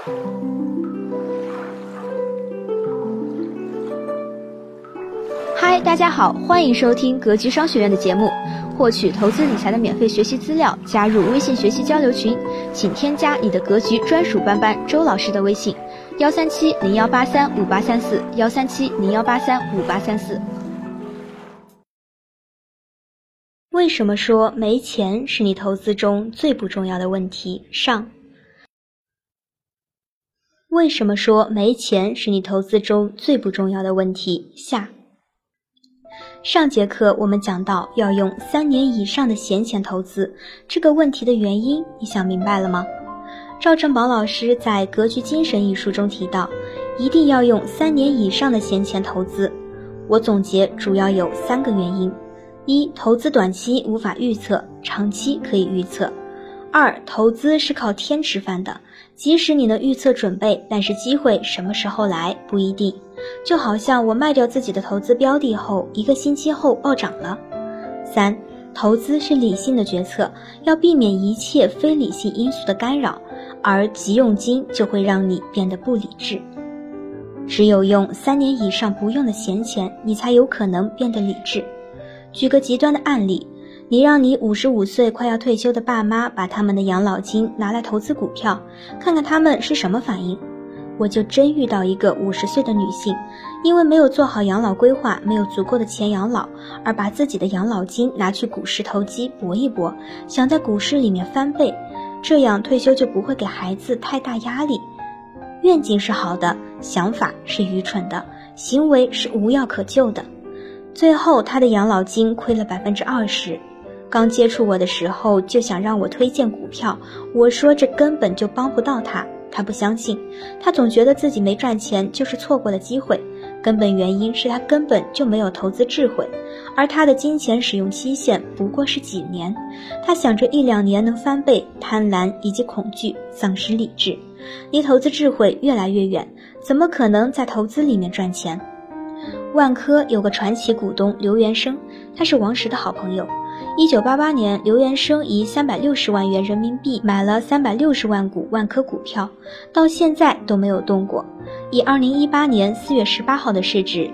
嗨，大家好，欢迎收听格局商学院的节目。获取投资理财的免费学习资料，加入微信学习交流群，请添加你的格局专属班周老师的微信：137-0183-5834，137-0183-5834。为什么说没钱是你投资中最不重要的问题？上。为什么说没钱是你投资中最不重要的问题？下。上节课我们讲到要用3年以上的闲钱投资，这个问题的原因你想明白了吗？赵正宝老师在《格局精神》一书中提到，一定要用3年以上的闲钱投资。我总结主要有3个原因：一、投资短期无法预测，长期可以预测；二、投资是靠天吃饭的，即使你能预测准备，但是机会什么时候来不一定。就好像我卖掉自己的投资标的后，1个星期后暴涨了。3、投资是理性的决策，要避免一切非理性因素的干扰，而急用金就会让你变得不理智。只有用3年以上不用的闲钱，你才有可能变得理智。举个极端的案例，你让你55岁快要退休的爸妈把他们的养老金拿来投资股票，看看他们是什么反应。我就真遇到一个50岁的女性，因为没有做好养老规划，没有足够的钱养老，而把自己的养老金拿去股市投机搏一搏，想在股市里面翻倍，这样退休就不会给孩子太大压力。愿景是好的，想法是愚蠢的，行为是无药可救的。最后她的养老金亏了 20%。刚接触我的时候就想让我推荐股票，我说这根本就帮不到她。他不相信，他总觉得自己没赚钱就是错过了机会，根本原因是他根本就没有投资智慧，而他的金钱使用期限不过是几年，他想着1-2年能翻倍，贪婪以及恐惧丧失理智，离投资智慧越来越远，怎么可能在投资里面赚钱？万科有个传奇股东刘元生，他是王石的好朋友。1988年，刘元生以360万元人民币买了360万股万科股票，到现在都没有动过。以2018年4月18号的市值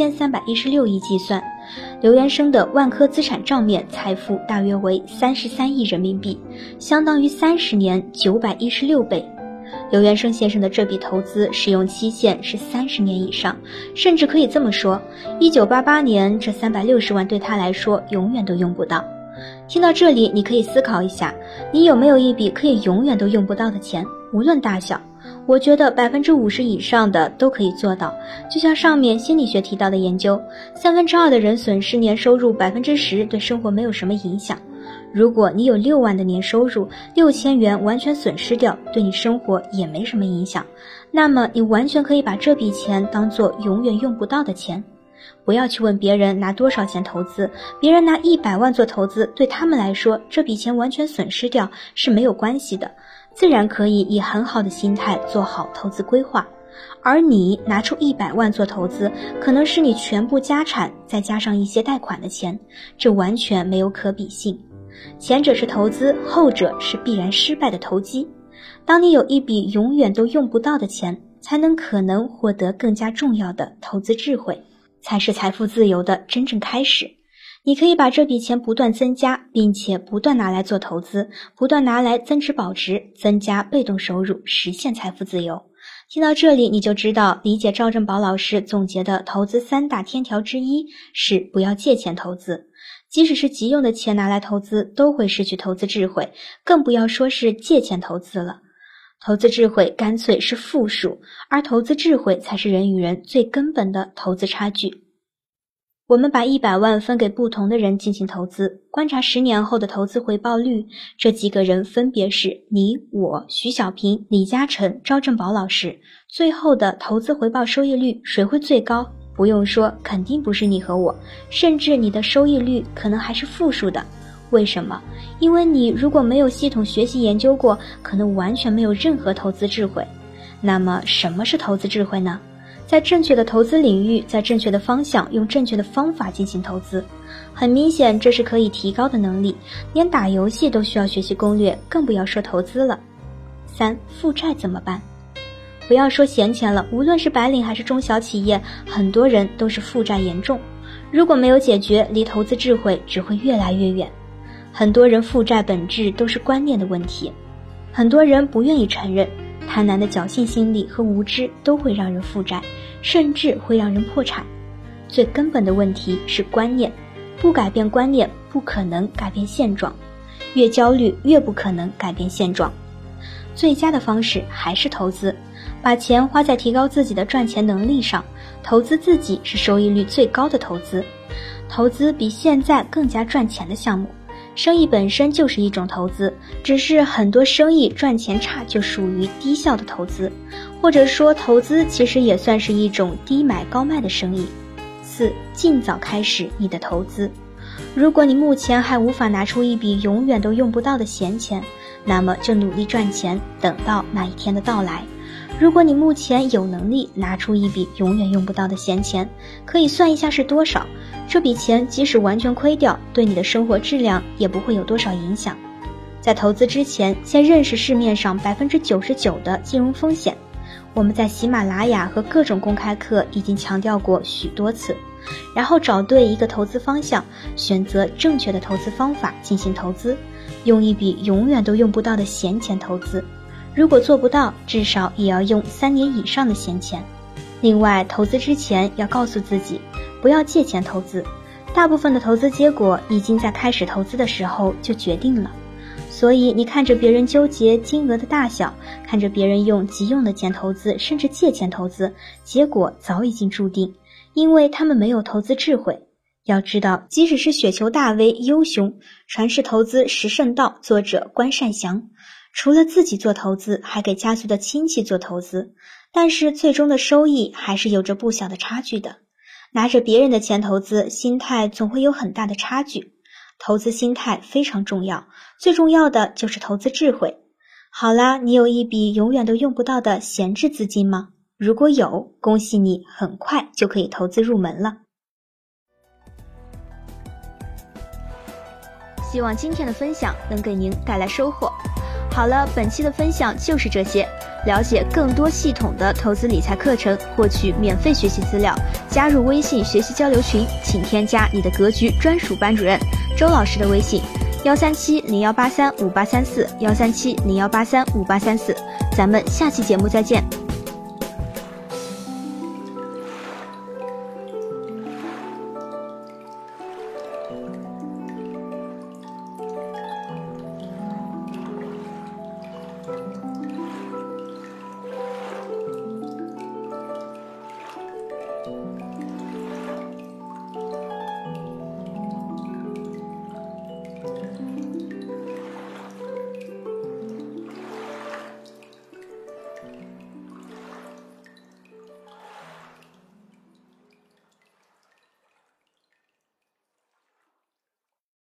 3316亿计算，刘元生的万科资产账面财富大约为33亿人民币，相当于30年916倍。刘元生先生的这笔投资使用期限是30年以上，甚至可以这么说，1988年这360万对他来说永远都用不到。听到这里，你可以思考一下，你有没有一笔可以永远都用不到的钱，无论大小？我觉得50%以上的都可以做到。就像上面心理学提到的研究，2/3的人损失年收入10%对生活没有什么影响。如果你有6万的年收入，6000元完全损失掉，对你生活也没什么影响，那么你完全可以把这笔钱当作永远用不到的钱。不要去问别人拿多少钱投资，别人拿100万做投资，对他们来说这笔钱完全损失掉是没有关系的，自然可以以很好的心态做好投资规划。而你拿出100万做投资，可能是你全部家产再加上一些贷款的钱，这完全没有可比性。前者是投资，后者是必然失败的投机。当你有一笔永远都用不到的钱，才能可能获得更加重要的投资智慧，才是财富自由的真正开始。你可以把这笔钱不断增加，并且不断拿来做投资，不断拿来增值保值，增加被动收入，实现财富自由。听到这里，你就知道理解赵正宝老师总结的投资3大天条之一是不要借钱投资。即使是急用的钱拿来投资，都会失去投资智慧，更不要说是借钱投资了。投资智慧干脆是负数，而投资智慧才是人与人最根本的投资差距。我们把100万分给不同的人进行投资，观察10年后的投资回报率，这几个人分别是你、我、徐小平、李嘉诚、赵正宝老师，最后的投资回报收益率谁会最高？不用说，肯定不是你和我，甚至你的收益率可能还是负数的。为什么？因为你如果没有系统学习研究过，可能完全没有任何投资智慧。那么什么是投资智慧呢？在正确的投资领域，在正确的方向，用正确的方法进行投资。很明显，这是可以提高的能力，连打游戏都需要学习攻略，更不要说投资了。3. 负债怎么办？ 不要说闲钱了，无论是白领还是中小企业，很多人都是负债严重。如果没有解决，离投资智慧只会越来越远。很多人负债本质都是观念的问题，很多人不愿意承认，贪婪的侥幸心理和无知都会让人负债，甚至会让人破产。最根本的问题是观念，不改变观念，不可能改变现状。越焦虑，越不可能改变现状。最佳的方式还是投资，把钱花在提高自己的赚钱能力上，投资自己是收益率最高的投资。投资比现在更加赚钱的项目，生意本身就是一种投资，只是很多生意赚钱差就属于低效的投资，或者说投资其实也算是一种低买高卖的生意。4. 尽早开始你的投资。如果你目前还无法拿出一笔永远都用不到的闲钱，那么就努力赚钱，等到那一天的到来。如果你目前有能力拿出一笔永远用不到的闲钱，可以算一下是多少，这笔钱即使完全亏掉，对你的生活质量也不会有多少影响。在投资之前，先认识市面上 99% 的金融风险。我们在喜马拉雅和各种公开课已经强调过许多次，然后找对一个投资方向，选择正确的投资方法进行投资，用一笔永远都用不到的闲钱投资。如果做不到，至少也要用3年以上的闲钱。另外，投资之前要告诉自己，不要借钱投资。大部分的投资结果已经在开始投资的时候就决定了。所以你看着别人纠结金额的大小，看着别人用急用的钱投资，甚至借钱投资，结果早已经注定，因为他们没有投资智慧。要知道，即使是雪球大 V 优熊，传世投资十圣道，作者关善祥，除了自己做投资，还给家族的亲戚做投资，但是最终的收益还是有着不小的差距的。拿着别人的钱投资，心态总会有很大的差距。投资心态非常重要，最重要的就是投资智慧。好啦，你有一笔永远都用不到的闲置资金吗？如果有，恭喜你，很快就可以投资入门了。希望今天的分享能给您带来收获。好了，本期的分享就是这些。了解更多系统的投资理财课程，获取免费学习资料，加入微信学习交流群，请添加你的格局专属班主任周老师的微信13701835834，13701835834。咱们下期节目再见。